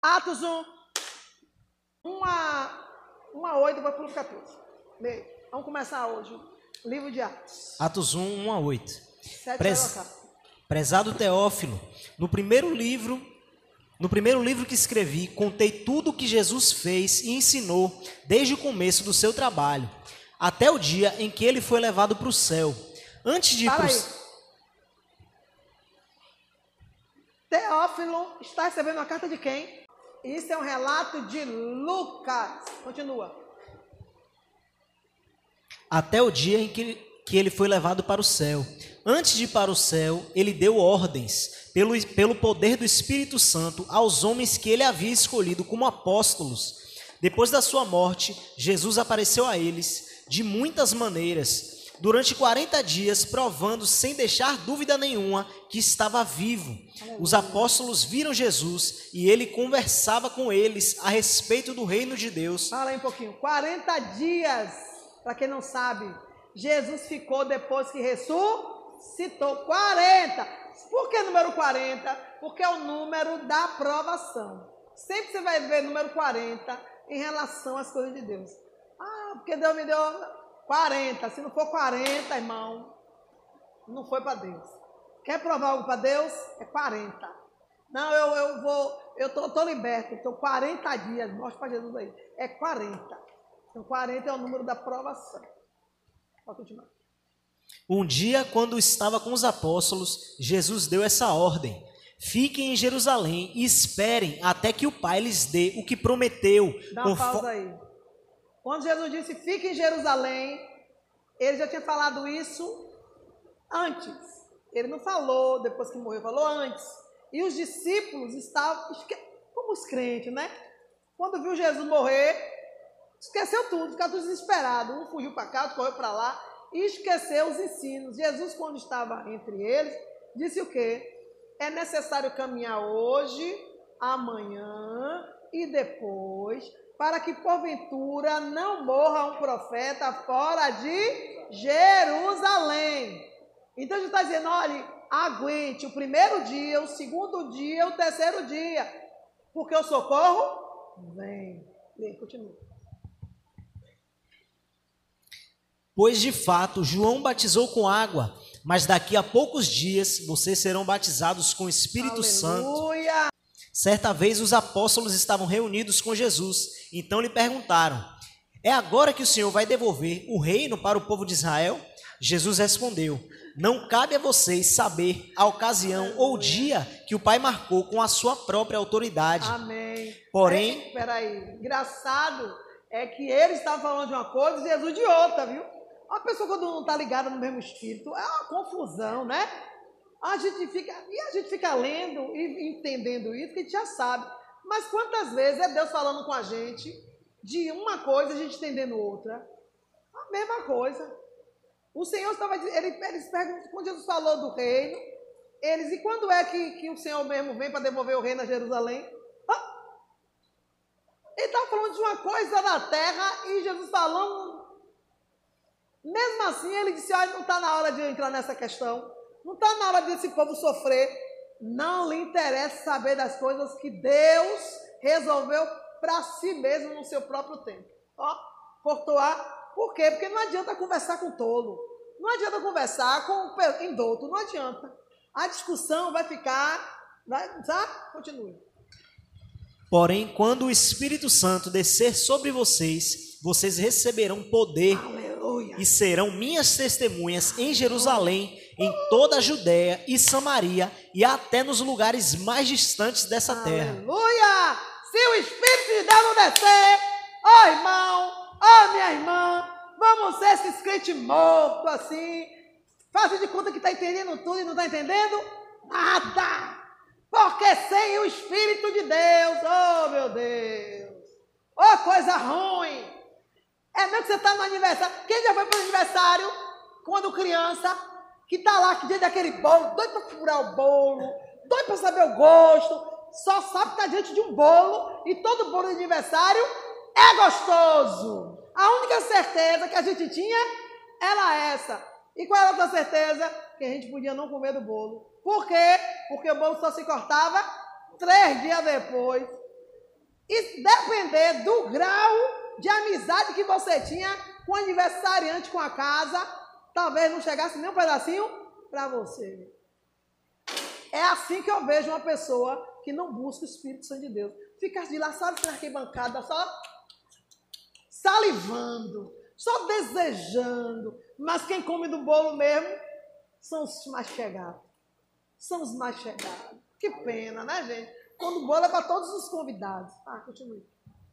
Atos 1, 1 a 8, depois para o 14. Vamos começar hoje. Livro de Atos. Atos 1, 1 a 8. 7 Prezado Teófilo, no primeiro livro que escrevi, contei tudo o que Jesus fez e ensinou desde o começo do seu trabalho, até o dia em que ele foi levado para o céu. Antes de ir para o céu... Teófilo está recebendo uma carta de quem? Isso é um relato de Lucas. Continua. Até o dia em que ele foi levado para o céu. Antes de ir para o céu, ele deu ordens, pelo poder do Espírito Santo, aos homens que ele havia escolhido como apóstolos. Depois da sua morte, Jesus apareceu a eles de muitas maneiras, durante 40 dias, provando sem deixar dúvida nenhuma que estava vivo. Os apóstolos viram Jesus e ele conversava com eles a respeito do reino de Deus. Fala aí um pouquinho. 40 dias, para quem não sabe, Jesus ficou depois que ressuscitou. 40. Por que número 40? Porque é o número da aprovação. Sempre você vai ver número 40 em relação às coisas de Deus. Ah, porque Deus me deu 40. Se não for 40, irmão, não foi para Deus. Quer provar algo para Deus? É 40. Não, eu tô liberto. Estou 40 dias. Mostra para Jesus aí. É 40. Então 40 é o número da aprovação. Pode continuar. Um dia, quando estava com os apóstolos, Jesus deu essa ordem: fiquem em Jerusalém e esperem até que o Pai lhes dê o que prometeu. Dá uma pausa aí. Quando Jesus disse fiquem em Jerusalém, ele já tinha falado isso antes. Ele não falou depois que morreu, falou antes. E os discípulos estavam, como os crentes, né? Quando viu Jesus morrer, esqueceu tudo, ficaram todos desesperados. Um fugiu para cá, outro correu para lá e esqueceu os ensinos. Jesus, quando estava entre eles, disse o quê? É necessário caminhar hoje, amanhã e depois, para que porventura não morra um profeta fora de Jerusalém. Então a gente está dizendo, olha, aguente o primeiro dia, o segundo dia, o terceiro dia, porque o socorro vem. Continua. Pois de fato João batizou com água, mas daqui a poucos dias vocês serão batizados com o Espírito Santo. Certa vez os apóstolos estavam reunidos com Jesus, então lhe perguntaram: é agora que o Senhor vai devolver o reino para o povo de Israel? Jesus respondeu: não cabe a vocês saber a ocasião ou o dia que o Pai marcou com a sua própria autoridade. Amém. Porém... Peraí, engraçado é que eles estavam falando de uma coisa e Jesus de outra, viu? Uma pessoa quando não está ligada no mesmo espírito, é uma confusão, né? A gente fica lendo e entendendo isso, que a gente já sabe. Mas quantas vezes é Deus falando com a gente de uma coisa, a gente entendendo outra? A mesma coisa. O Senhor estava dizendo, eles perguntam, quando Jesus falou do reino, e quando é que o Senhor mesmo vem para devolver o reino a Jerusalém? Ele estava falando de uma coisa na terra e Jesus falando. Mesmo assim, ele disse, olha, não está na hora de eu entrar nessa questão. Não está na hora desse povo sofrer. Não lhe interessa saber das coisas que Deus resolveu para si mesmo no seu próprio tempo. Cortou a... Por quê? Porque não adianta conversar com tolo. Não adianta conversar com indouto. Não adianta. A discussão vai ficar... Sabe? Continue. Porém, quando o Espírito Santo descer sobre vocês, vocês receberão poder. Aleluia. E serão minhas testemunhas em Jerusalém, em toda a Judéia e Samaria e até nos lugares mais distantes dessa terra. Aleluia! Se o Espírito de Deus não descer, ó irmão, ó minha irmã, vamos ser esses crentes mortos assim, faça de conta que está entendendo tudo e não está entendendo nada. Porque sem o Espírito de Deus, oh meu Deus, oh coisa ruim. É mesmo que você está no aniversário. Quem já foi para o aniversário, quando criança, que está lá, que dia daquele bolo, doido para furar o bolo, doido para saber o gosto, só sabe que está diante de um bolo e todo bolo de aniversário é gostoso. A única certeza que a gente tinha era essa. E qual era a outra certeza? Que a gente podia não comer do bolo. Por quê? Porque o bolo só se cortava 3 dias depois. E depender do grau de amizade que você tinha com o aniversariante, com a casa, talvez não chegasse nem um pedacinho para você. É assim que eu vejo uma pessoa que não busca o Espírito Santo de Deus. Fica de lá, sabe, na arquibancada, só salivando, só desejando. Mas quem come do bolo mesmo são os mais chegados. São os mais chegados. Que pena, né, gente? Quando o bolo é para todos os convidados. Continue.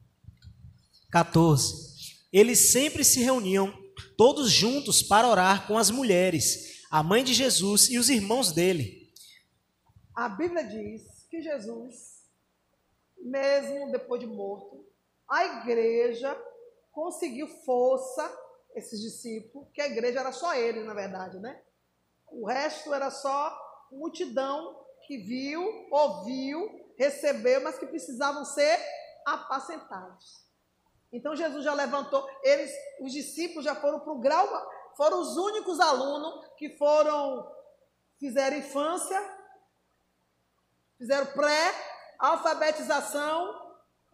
14. Eles sempre se reuniam, todos juntos, para orar com as mulheres, a mãe de Jesus e os irmãos dele. A Bíblia diz que Jesus, mesmo depois de morto, a igreja conseguiu força, esses discípulos, que a igreja era só eles, na verdade, né? O resto era só multidão que viu, ouviu, recebeu, mas que precisavam ser apacentados. Então Jesus já levantou, os discípulos já foram para o grau, foram os únicos alunos que fizeram infância, fizeram pré-alfabetização,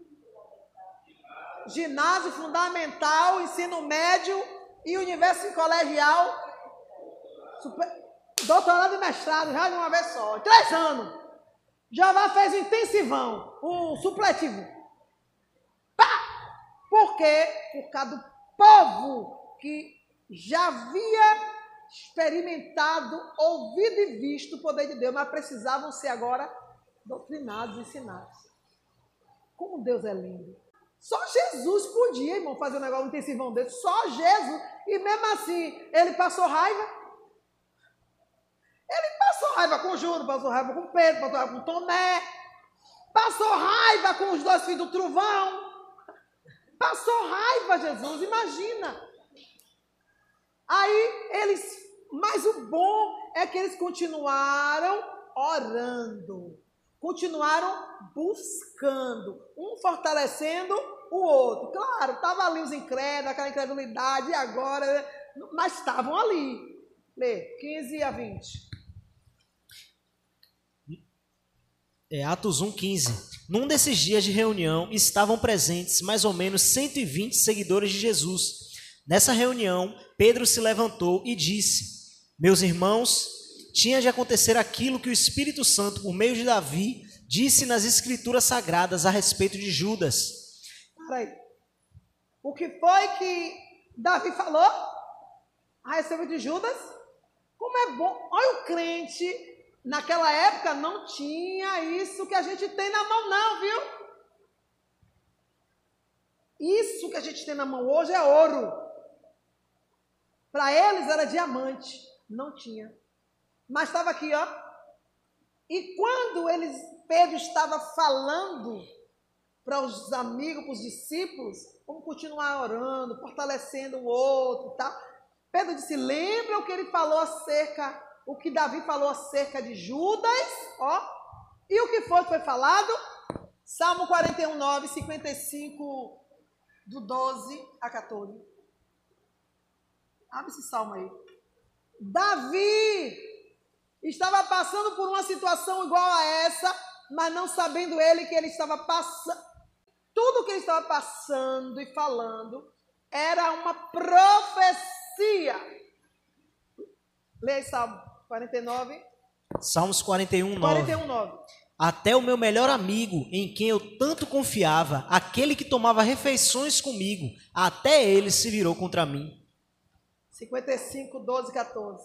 ginásio fundamental, ensino médio e universidade colegial, doutorado e mestrado, já de uma vez só, 3 anos. Já fez o intensivão, o supletivo. Por quê? Por causa do povo que já havia experimentado, ouvido e visto o poder de Deus, mas precisavam ser agora doutrinados, ensinados. Como Deus é lindo. Só Jesus podia, irmão, fazer um negócio intensivão desse. Só Jesus. E mesmo assim, ele passou raiva. Ele passou raiva com Judas, passou raiva com Pedro, passou raiva com Tomé. Passou raiva com os 2 filhos do trovão. Passou raiva, Jesus, imagina. Aí mas o bom é que eles continuaram orando, continuaram buscando, um fortalecendo o outro. Claro, estava ali os incrédulos, aquela incredulidade, e agora, mas estavam ali. Lê, 15 a 20. Atos 1:15. Num desses dias de reunião estavam presentes mais ou menos 120 seguidores de Jesus. Nessa reunião, Pedro se levantou e disse: Meus irmãos, tinha de acontecer aquilo que o Espírito Santo, por meio de Davi, disse nas Escrituras Sagradas a respeito de Judas. Peraí. O que foi que Davi falou a respeito de Judas? Como é bom. Olha o crente. Naquela época não tinha isso que a gente tem na mão, não, viu? Isso que a gente tem na mão hoje é ouro. Para eles era diamante. Não tinha. Mas estava aqui, ó. E quando Pedro estava falando para os amigos, para os discípulos, vamos continuar orando, fortalecendo o outro e tal. Pedro disse, lembra o que ele falou o que Davi falou acerca de Judas, ó. E o que foi falado? Salmo 41, 9, 55, do 12 a 14. Abre esse salmo aí. Davi estava passando por uma situação igual a essa, mas não sabendo ele que ele estava passando. Tudo que ele estava passando e falando era uma profecia. Leia aí, Salmo 49. Salmos 41, 9. 41, 9. Até o meu melhor amigo, em quem eu tanto confiava, aquele que tomava refeições comigo, até ele se virou contra mim. 55, 12, 14.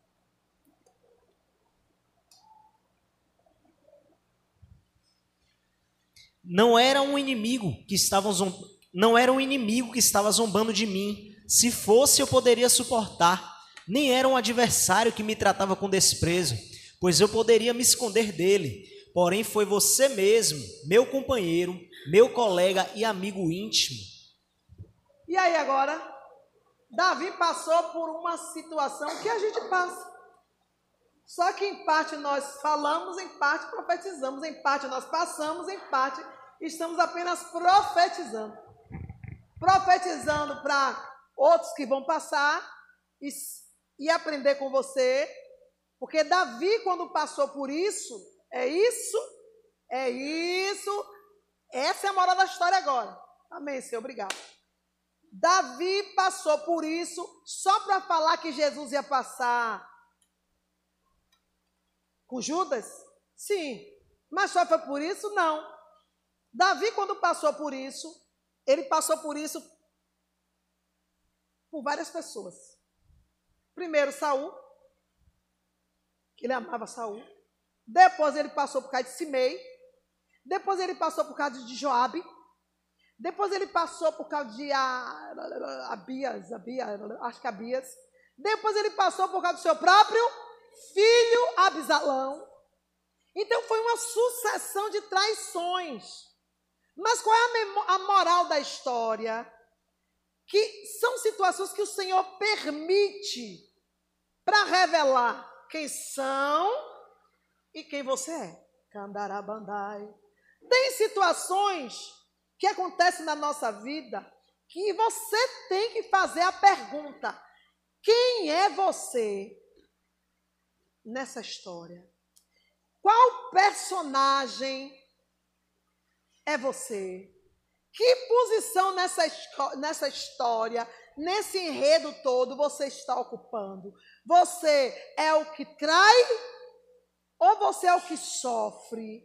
Não era um inimigo que estava zombando de mim. Se fosse, eu poderia suportar. Nem era um adversário que me tratava com desprezo, pois eu poderia me esconder dele. Porém, foi você mesmo, meu companheiro, meu colega e amigo íntimo. E aí agora, Davi passou por uma situação que a gente passa. Só que em parte nós falamos, em parte profetizamos, em parte nós passamos, em parte estamos apenas profetizando. Profetizando para outros que vão passar e aprender com você. Porque Davi, quando passou por isso, Essa é a moral da história agora. Amém, Senhor, obrigado. Davi passou por isso só para falar que Jesus ia passar com Judas? Sim. Mas só foi por isso? Não. Davi, quando passou por isso, ele passou por isso por várias pessoas. Primeiro, Saul, que ele amava Saul. Depois ele passou por causa de Simei. Depois ele passou por causa de Joabe. Depois ele passou por causa de Abias. Depois ele passou por causa do seu próprio filho Absalão. Então foi uma sucessão de traições. Mas qual é a moral da história? Que são situações que o Senhor permite para revelar quem são e quem você é. Candarabandai. Tem situações que acontecem na nossa vida que você tem que fazer a pergunta: quem é você nessa história? Qual personagem é você? Que posição nessa história, nesse enredo todo você está ocupando? Você é o que trai ou você é o que sofre?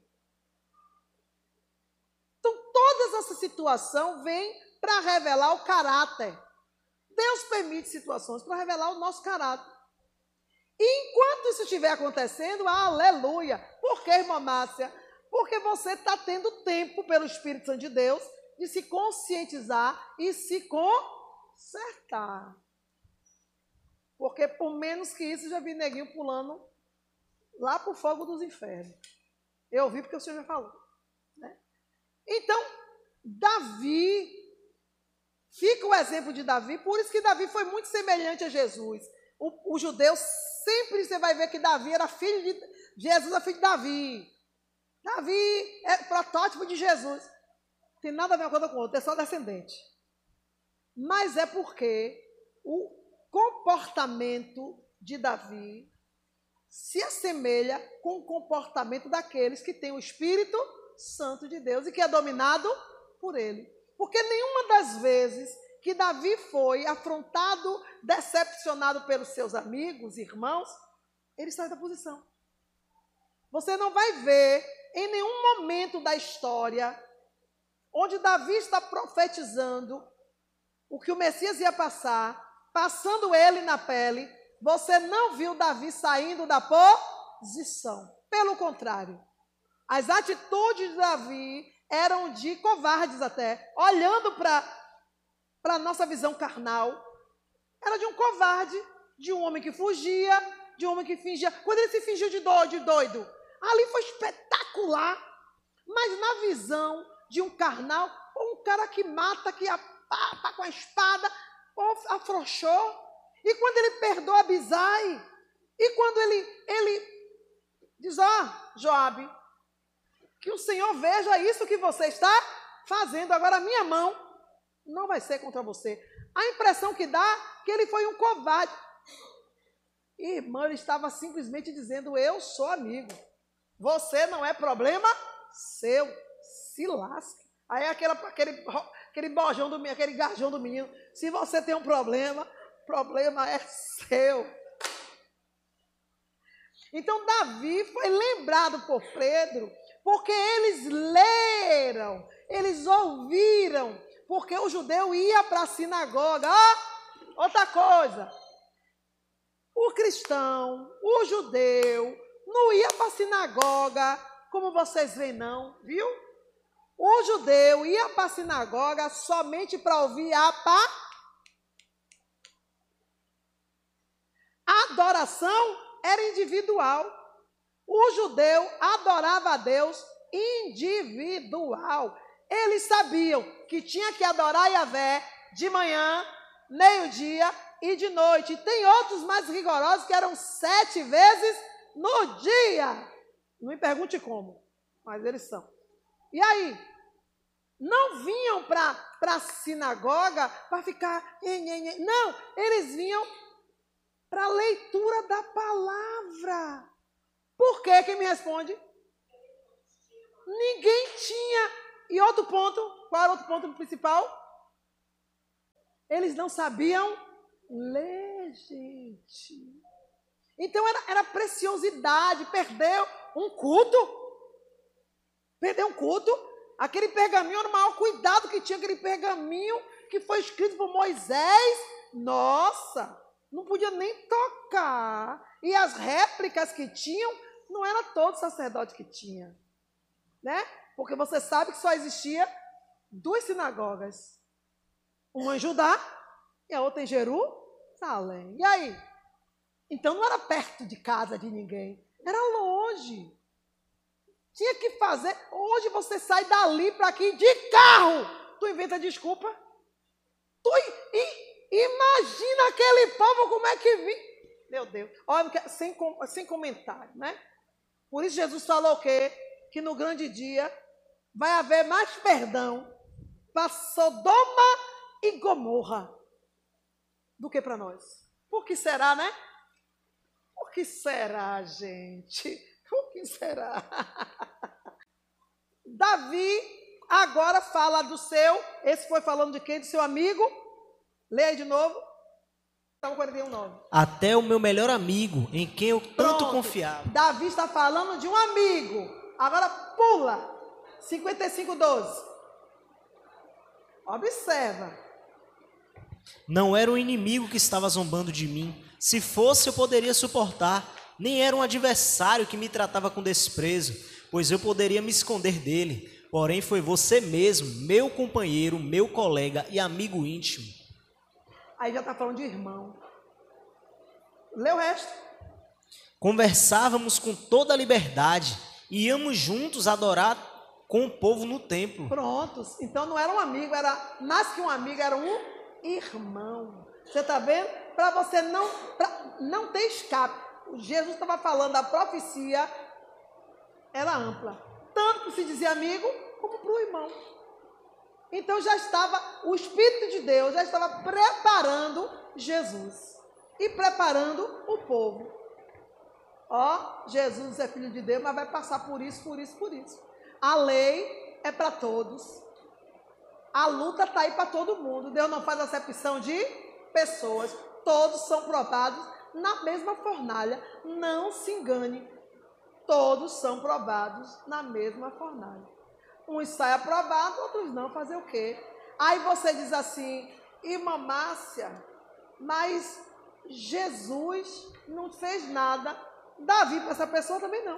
Então, toda essa situação vem para revelar o caráter. Deus permite situações para revelar o nosso caráter. E enquanto isso estiver acontecendo, aleluia. Por que, irmã Márcia? Porque você está tendo tempo pelo Espírito Santo de Deus de se conscientizar e se consertar. Porque por menos que isso, já vi neguinho pulando lá para o fogo dos infernos. Eu ouvi porque o Senhor já falou. Né? Então, Davi, fica o exemplo de Davi, por isso que Davi foi muito semelhante a Jesus. O judeu, sempre você vai ver que Davi era filho de Jesus, é filho de Davi. Davi é protótipo de Jesus. Não tem nada a ver uma coisa com outra, é só descendente. Mas é porque o comportamento de Davi se assemelha com o comportamento daqueles que têm o Espírito Santo de Deus e que é dominado por ele. Porque nenhuma das vezes que Davi foi afrontado, decepcionado pelos seus amigos, irmãos, ele saiu da posição. Você não vai ver em nenhum momento da história onde Davi está profetizando o que o Messias ia passar, passando ele na pele, você não viu Davi saindo da posição. Pelo contrário, as atitudes de Davi eram de covardes até, olhando para a nossa visão carnal, era de um covarde, de um homem que fugia, de um homem que fingia. Quando ele se fingiu de doido, ali foi espetacular, mas na visão de um carnal, um cara que mata, que apapa com a espada, afrouxou. E quando ele perdoa Abisai, e quando ele diz, Joabe, que o Senhor veja isso que você está fazendo, agora a minha mão não vai ser contra você. A impressão que dá que ele foi um covarde. Irmão, ele estava simplesmente dizendo, eu sou amigo. Você não é problema seu. Se lasque. Aí aquele bojão do menino, aquele garjão do menino. Se você tem um problema, problema é seu. Então Davi foi lembrado por Pedro, porque eles leram, eles ouviram, porque o judeu ia para a sinagoga. Outra coisa, o cristão, o judeu, não ia para a sinagoga, como vocês veem não, viu? O judeu ia para a sinagoga somente para ouvir a adoração era individual. O judeu adorava a Deus individual. Eles sabiam que tinha que adorar Yahvé de manhã, meio-dia e de noite. E tem outros mais rigorosos que eram 7 vezes no dia. Não me pergunte como, mas eles são. E aí? Não vinham para a sinagoga para ficar... Não, eles vinham para a leitura da palavra. Por quê? Quem me responde? Ninguém tinha E outro ponto, qual era o outro ponto principal? Eles não sabiam ler, gente. Então era preciosidade, perdeu um culto. Perdeu um culto. Aquele pergaminho era o maior cuidado que tinha, aquele pergaminho que foi escrito por Moisés. Nossa, não podia nem tocar. E as réplicas que tinham, não era todo sacerdote que tinha, né? Porque você sabe que só existia 2 sinagogas. Uma em Judá e a outra em Jerusalém. E aí? Então não era perto de casa de ninguém, era longe. Tinha que fazer. Hoje você sai dali para aqui de carro. Tu inventa desculpa. Imagina aquele povo como é que vi. Meu Deus. Olha, sem comentário, né? Por isso Jesus falou o quê? Que no grande dia vai haver mais perdão para Sodoma e Gomorra do que para nós. Por que será, né? Por que será, gente? Por que será? Davi agora fala do seu, esse foi falando de quem? Do seu amigo. Leia aí de novo. Salmo 41:9. Até o meu melhor amigo, em quem eu tanto confiava. Davi está falando de um amigo. Agora pula. 55:12. Observa. Não era um inimigo que estava zombando de mim. Se fosse, eu poderia suportar. Nem era um adversário que me tratava com desprezo, pois eu poderia me esconder dele. Porém, foi você mesmo, meu companheiro, meu colega e amigo íntimo. Aí já está falando de irmão. Lê o resto. Conversávamos com toda a liberdade e íamos juntos adorar com o povo no templo. Prontos. Então não era um amigo, era mais que um amigo, era um irmão. Você está vendo? Para você não ter escape. Jesus estava falando, a profecia era ampla. Tanto para se dizer amigo, como para o irmão. Então já estava, o Espírito de Deus já estava preparando Jesus. E preparando o povo. Ó, Jesus é filho de Deus, mas vai passar por isso, por isso, por isso. A lei é para todos. A luta está aí para todo mundo. Deus não faz acepção de pessoas. Todos são provados na mesma fornalha. Não se engane. Todos são provados na mesma fornalha. Uns saem aprovados, outros não. Fazer o quê? Aí você diz assim, irmã Márcia, mas Jesus não fez nada. Davi para essa pessoa também não.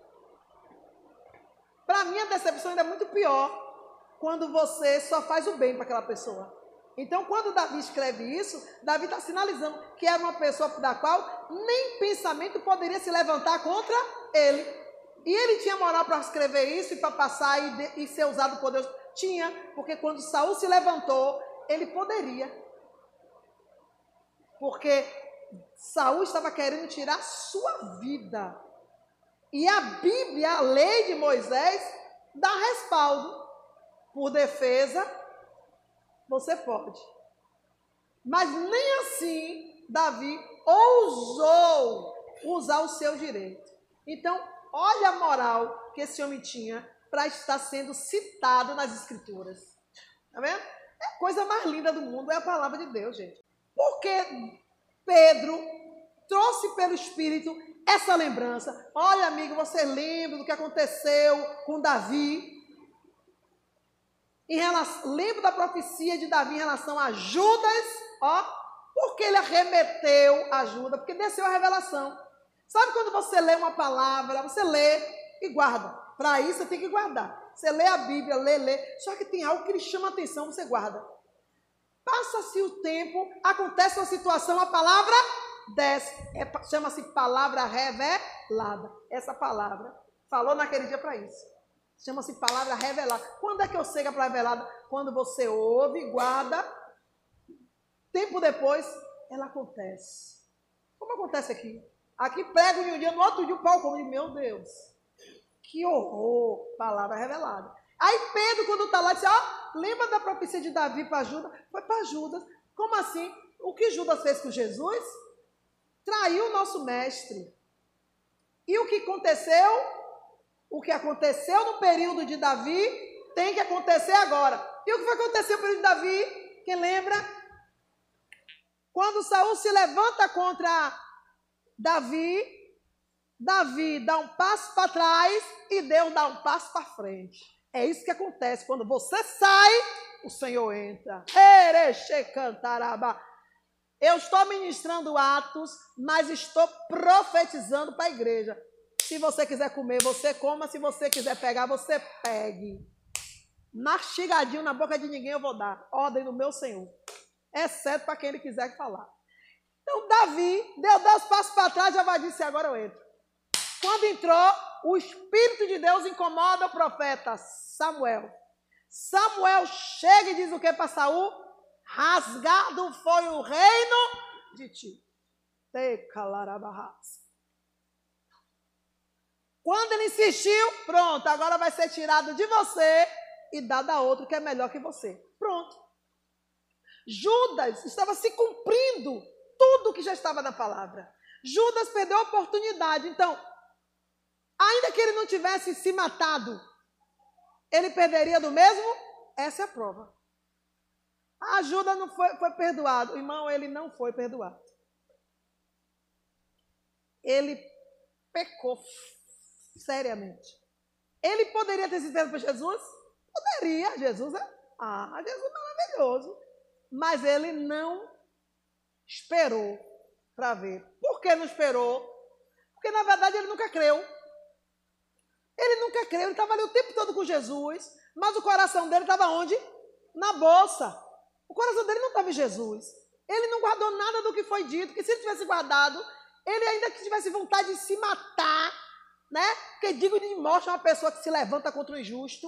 Para mim a decepção ainda é muito pior quando você só faz o bem para aquela pessoa. Então quando Davi escreve isso, Davi está sinalizando que era uma pessoa da qual nem pensamento poderia se levantar contra ele. E ele tinha moral para escrever isso e para passar e ser usado por Deus? Tinha, porque quando Saul se levantou, ele poderia. Porque Saul estava querendo tirar sua vida. E a Bíblia, a lei de Moisés, dá respaldo. Por defesa, você pode. Mas nem assim Davi ousou usar o seu direito. Então, olha a moral que esse homem tinha para estar sendo citado nas Escrituras. Tá vendo? É a coisa mais linda do mundo, é a palavra de Deus, gente. Porque Pedro trouxe pelo Espírito essa lembrança. Olha, amigo, você lembra do que aconteceu com Davi? Lembra da profecia de Davi em relação a Judas? Ó, porque ele arremeteu a Judas? Porque desceu a revelação. Sabe quando você lê uma palavra, você lê e guarda. Para isso você tem que guardar. Você lê a Bíblia, lê. Só que tem algo que lhe chama a atenção, você guarda. Passa-se o tempo, acontece uma situação, a palavra desce. Chama-se palavra revelada. Essa palavra falou naquele dia para isso. Chama-se palavra revelada. Quando é que eu sei que é a palavra revelada? Quando você ouve, guarda. Tempo depois, ela acontece. Como acontece aqui? Aqui prego em um dia, no outro dia o pau come. Meu Deus, que horror. Palavra revelada. Aí Pedro, quando está lá, diz, lembra da profecia de Davi para Judas? Foi para Judas. Como assim? O que Judas fez com Jesus? Traiu o nosso mestre. E o que aconteceu? O que aconteceu no período de Davi tem que acontecer agora. E o que vai acontecer para o Davi? Quem lembra? Quando Saul se levanta contra Davi, Davi dá um passo para trás e Deus dá um passo para frente. É isso que acontece. Quando você sai, o Senhor entra. Eu estou ministrando Atos, mas estou profetizando para a igreja. Se você quiser comer, você coma. Se você quiser pegar, você pegue. Mastigadinho na boca de ninguém eu vou dar. Ordem do meu Senhor. Exceto para quem ele quiser falar. Então, Davi deu 2 passos para trás e já disse, agora eu entro. Quando entrou, o Espírito de Deus incomoda o profeta Samuel. Samuel chega e diz o que para Saul? Rasgado foi o reino de ti. Quando ele insistiu, pronto, agora vai ser tirado de você e dado a outro que é melhor que você. Pronto. Judas estava se cumprindo tudo que já estava na palavra. Judas perdeu a oportunidade. Então, ainda que ele não tivesse se matado, ele perderia do mesmo? Essa é a prova. A Judas não foi perdoado. Irmão, ele não foi perdoado. Ele pecou seriamente. Ele poderia ter se feito para Jesus? Poderia. Jesus é maravilhoso. Mas ele não esperou para ver. Por que não esperou? Porque, na verdade, ele nunca creu. Ele nunca creu. Ele estava ali o tempo todo com Jesus, mas o coração dele estava onde? Na bolsa. O coração dele não estava em Jesus. Ele não guardou nada do que foi dito, que se ele tivesse guardado, ele ainda que tivesse vontade de se matar, né? Porque digno de morte é uma pessoa que se levanta contra o injusto.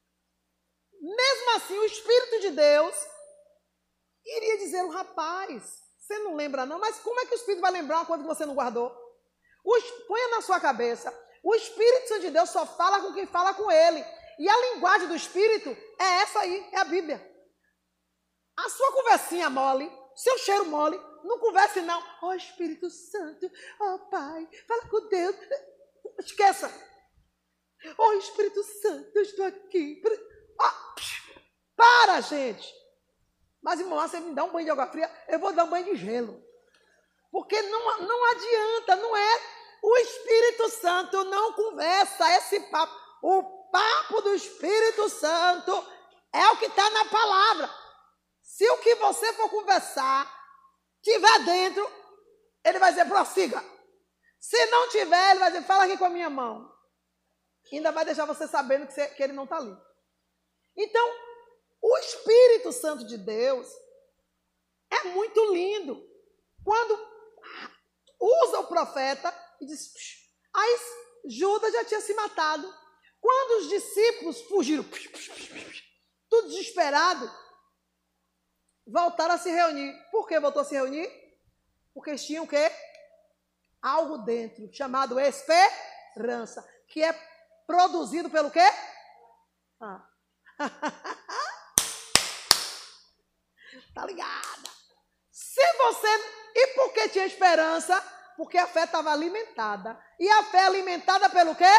Mesmo assim, o Espírito de Deus iria dizer, o rapaz, você não lembra não, mas como é que o Espírito vai lembrar uma coisa que você não guardou? Ponha na sua cabeça, o Espírito Santo de Deus só fala com quem fala com ele. E a linguagem do Espírito é essa aí, é a Bíblia. A sua conversinha mole, seu cheiro mole, não converse não. Ó Espírito Santo, ó Pai, fala com Deus. Esqueça. Ó Espírito Santo, eu estou aqui. Para, gente. Mas, irmão, você me dá um banho de água fria, eu vou dar um banho de gelo. Porque não adianta, não é. O Espírito Santo não conversa esse papo. O papo do Espírito Santo é o que está na palavra. Se o que você for conversar tiver dentro, ele vai dizer, prossiga. Se não tiver, ele vai dizer, fala aqui com a minha mão. Ainda vai deixar você sabendo que ele não está ali. Então, o Espírito Santo de Deus é muito lindo. Quando usa o profeta e diz, aí Judas já tinha se matado. Quando os discípulos fugiram, tudo desesperado, voltaram a se reunir. Por que voltou a se reunir? Porque eles tinham o quê? Algo dentro, chamado esperança, que é produzido pelo quê? Tá ligada? E por que tinha esperança? Porque a fé estava alimentada. E a fé alimentada pelo quê?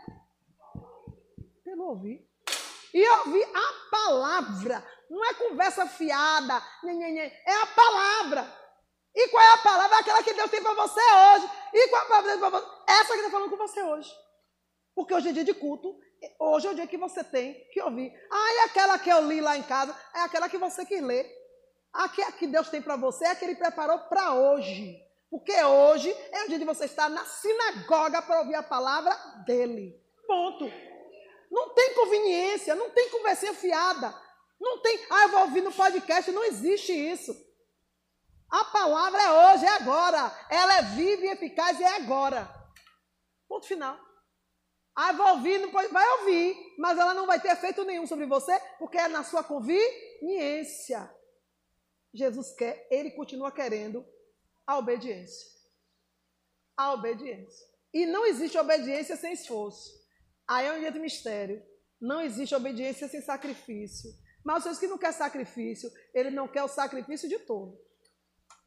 Pelo ouvir. E ouvir a palavra. Não é conversa fiada. É a palavra. E qual é a palavra? É aquela que Deus tem para você hoje. E qual é a palavra de Deus para você? Essa que está falando com você hoje. Porque hoje é dia de culto. Hoje é o dia que você tem que ouvir. E aquela que eu li lá em casa é aquela que você quis ler. A que Deus tem para você é a que Ele preparou para hoje. Porque hoje é o dia de você estar na sinagoga para ouvir a palavra dEle. Ponto. Não tem conveniência, não tem conversinha fiada. Não tem, eu vou ouvir no podcast. Não existe isso. A palavra é hoje, é agora. Ela é viva e eficaz e é agora. Ponto final. Vou ouvir, não pode, vai ouvir, mas ela não vai ter efeito nenhum sobre você, porque é na sua conveniência. Jesus quer, Ele continua querendo a obediência. A obediência. E não existe obediência sem esforço. Aí é um dia de mistério. Não existe obediência sem sacrifício. Mas os seus que não quer sacrifício, ele não quer o sacrifício de todo.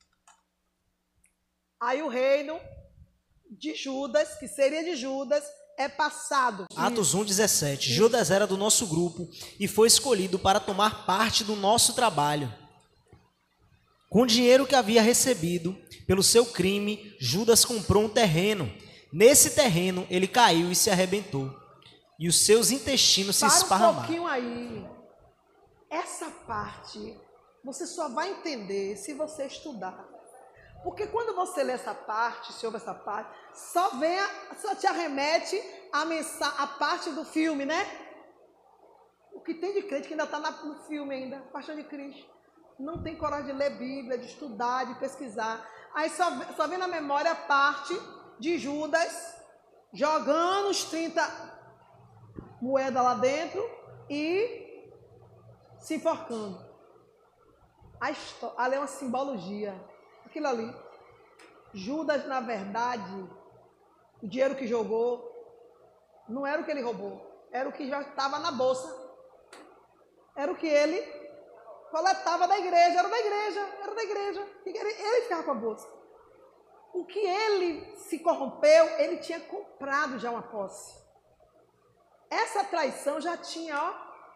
Aí o reino de Judas, que seria de Judas, é passado. Atos 1:17. Judas era do nosso grupo e foi escolhido para tomar parte do nosso trabalho. Com o dinheiro que havia recebido pelo seu crime, Judas comprou um terreno. Nesse terreno, ele caiu e se arrebentou. E os seus intestinos se esparramaram. Para um pouquinho aí. Essa parte, você só vai entender se você estudar. Porque quando você lê essa parte, se ouve essa parte, só te arremete a parte do filme, né? O que tem de crente que ainda está no filme ainda, Paixão de Cristo. Não tem coragem de ler Bíblia, de estudar, de pesquisar. Aí só vem na memória a parte de Judas jogando os 30 moedas lá dentro e se enforcando. Ali é uma simbologia. Aquilo ali. Judas, na verdade, o dinheiro que jogou não era o que ele roubou, era o que já estava na bolsa. Era o que ele coletava da igreja, era da igreja. Ele ficava com a bolsa. O que ele se corrompeu, ele tinha comprado já uma posse. Essa traição já tinha, ó.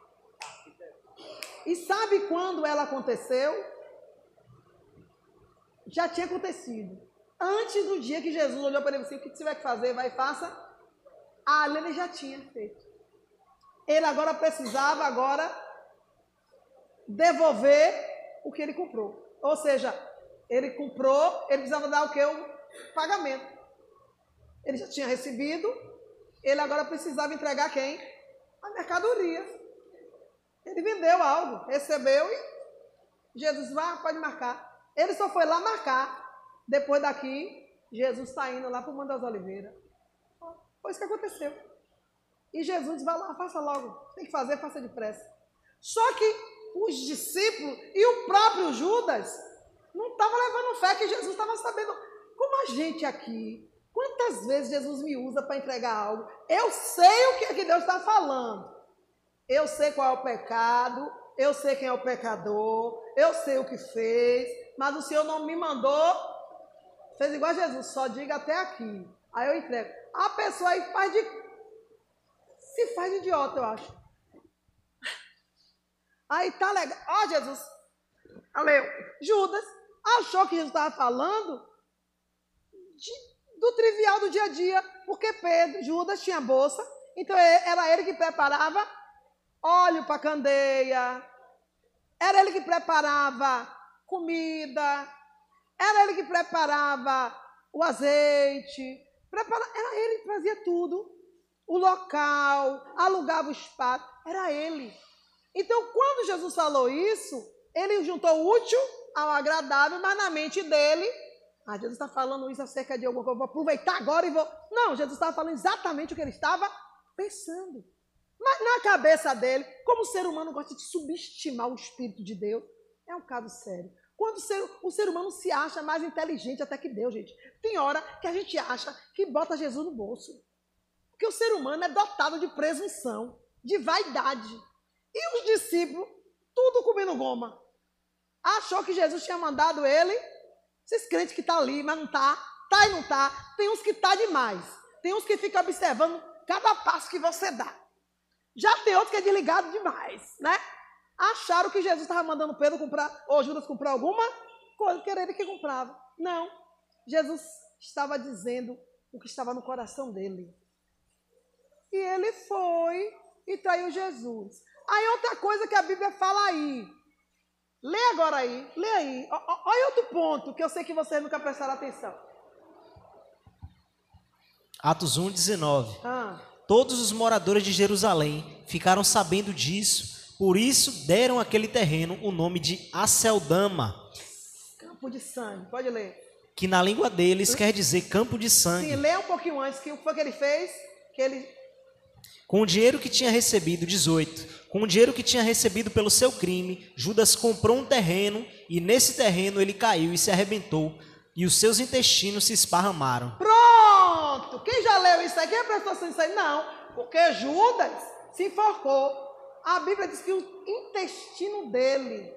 E sabe quando ela aconteceu? Já tinha acontecido. Antes do dia que Jesus olhou para ele e disse, o que tiver que fazer, vai e faça. Ali ele já tinha feito. Ele agora precisava devolver o que ele comprou. Ou seja, ele comprou, ele precisava dar o que? O pagamento. Ele já tinha recebido, ele agora precisava entregar quem? A mercadoria. Ele vendeu algo, recebeu e Jesus pode marcar. Ele só foi lá marcar. Depois daqui, Jesus está indo lá para o Monte das Oliveiras. Foi isso que aconteceu. E Jesus vai lá, faça logo. Tem que fazer, faça depressa. Só que os discípulos e o próprio Judas não estavam levando fé que Jesus estava sabendo. Como a gente aqui, quantas vezes Jesus me usa para entregar algo? Eu sei o que é que Deus está falando. Eu sei qual é o pecado, eu sei quem é o pecador, eu sei o que fez, mas o Senhor não me mandou, fez igual a Jesus, só diga até aqui. Aí eu entrego. A pessoa aí se faz de idiota, eu acho. Aí tá legal. Ó, Jesus, Judas achou que Jesus estava falando do trivial do dia a dia, porque Judas tinha bolsa, então era ele que preparava óleo para candeia, era ele que preparava comida, era ele que preparava o azeite, era ele que fazia tudo, o local, alugava o espaço, era ele. Então, quando Jesus falou isso, ele juntou o útil ao agradável, mas na mente dele, Jesus está falando isso acerca de alguma coisa, eu vou aproveitar agora e vou... Não, Jesus estava falando exatamente o que ele estava pensando. Mas na cabeça dele, como o ser humano gosta de subestimar o Espírito de Deus, é um caso sério. Quando o ser humano se acha mais inteligente até que Deus, gente. Tem hora que a gente acha que bota Jesus no bolso. Porque o ser humano é dotado de presunção, de vaidade. E os discípulos, tudo comendo goma. Achou que Jesus tinha mandado ele. Esses crentes que estão ali, mas não está. Está e não está. Tem uns que está demais. Tem uns que ficam observando cada passo que você dá. Já tem outros que é desligado demais, né? Acharam que Jesus estava mandando Pedro comprar, ou Judas comprar alguma coisa, que era ele que comprava. Não. Jesus estava dizendo o que estava no coração dele. E ele foi e traiu Jesus. Aí outra coisa que a Bíblia fala aí. Lê agora aí, lê aí. Olha outro ponto que eu sei que vocês nunca prestaram atenção. Atos 1:19. Todos os moradores de Jerusalém ficaram sabendo disso, por isso deram àquele terreno o nome de Aceldama. Campo de sangue, pode ler. Que na língua deles quer dizer campo de sangue. Sim, lê um pouquinho antes, que o que foi que ele fez? Com o dinheiro que tinha recebido, 18, com o dinheiro que tinha recebido pelo seu crime, Judas comprou um terreno e nesse terreno ele caiu e se arrebentou e os seus intestinos se esparramaram. Pronto! Quem já leu isso aí? Quem prestou atenção nisso aí? Não, porque Judas se enforcou. A Bíblia diz que o intestino dele...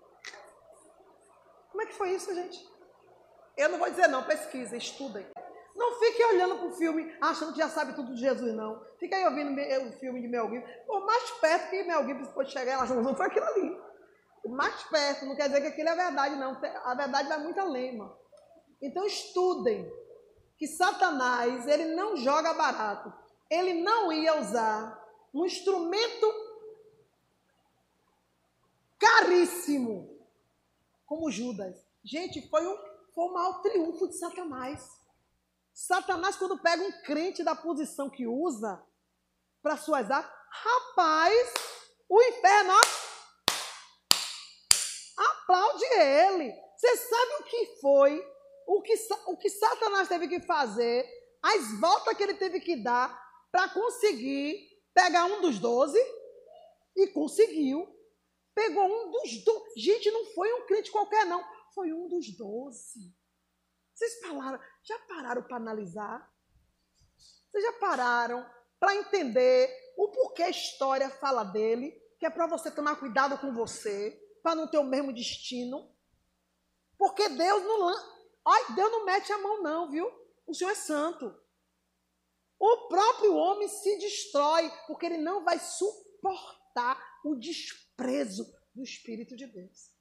Como é que foi isso, gente? Eu não vou dizer não, pesquisem, estudem. Não fique olhando para o filme achando que já sabe tudo de Jesus, não. Fica aí ouvindo o filme de Mel Gibson. Por mais perto que Mel Gibson pode chegar, ela achando que foi aquilo ali. Mais perto, não quer dizer que aquilo é verdade, não. A verdade vai muito além, mano. Então estudem que Satanás, ele não joga barato. Ele não ia usar um instrumento caríssimo como Judas. Gente, foi o maior triunfo de Satanás. Satanás, quando pega um crente da posição que usa para suas armas, rapaz, o inferno aplaude ele. Você sabe o que foi, o que Satanás teve que fazer, as voltas que ele teve que dar para conseguir pegar um dos 12? E conseguiu. Pegou um dos 12. Gente, não foi um crente qualquer, não. Foi um dos 12. Vocês já pararam para analisar? Vocês já pararam para entender o porquê a história fala dele? Que é para você tomar cuidado com você, para não ter o mesmo destino. Porque Deus não mete a mão não, viu? O Senhor é santo. O próprio homem se destrói, porque ele não vai suportar o desprezo do Espírito de Deus.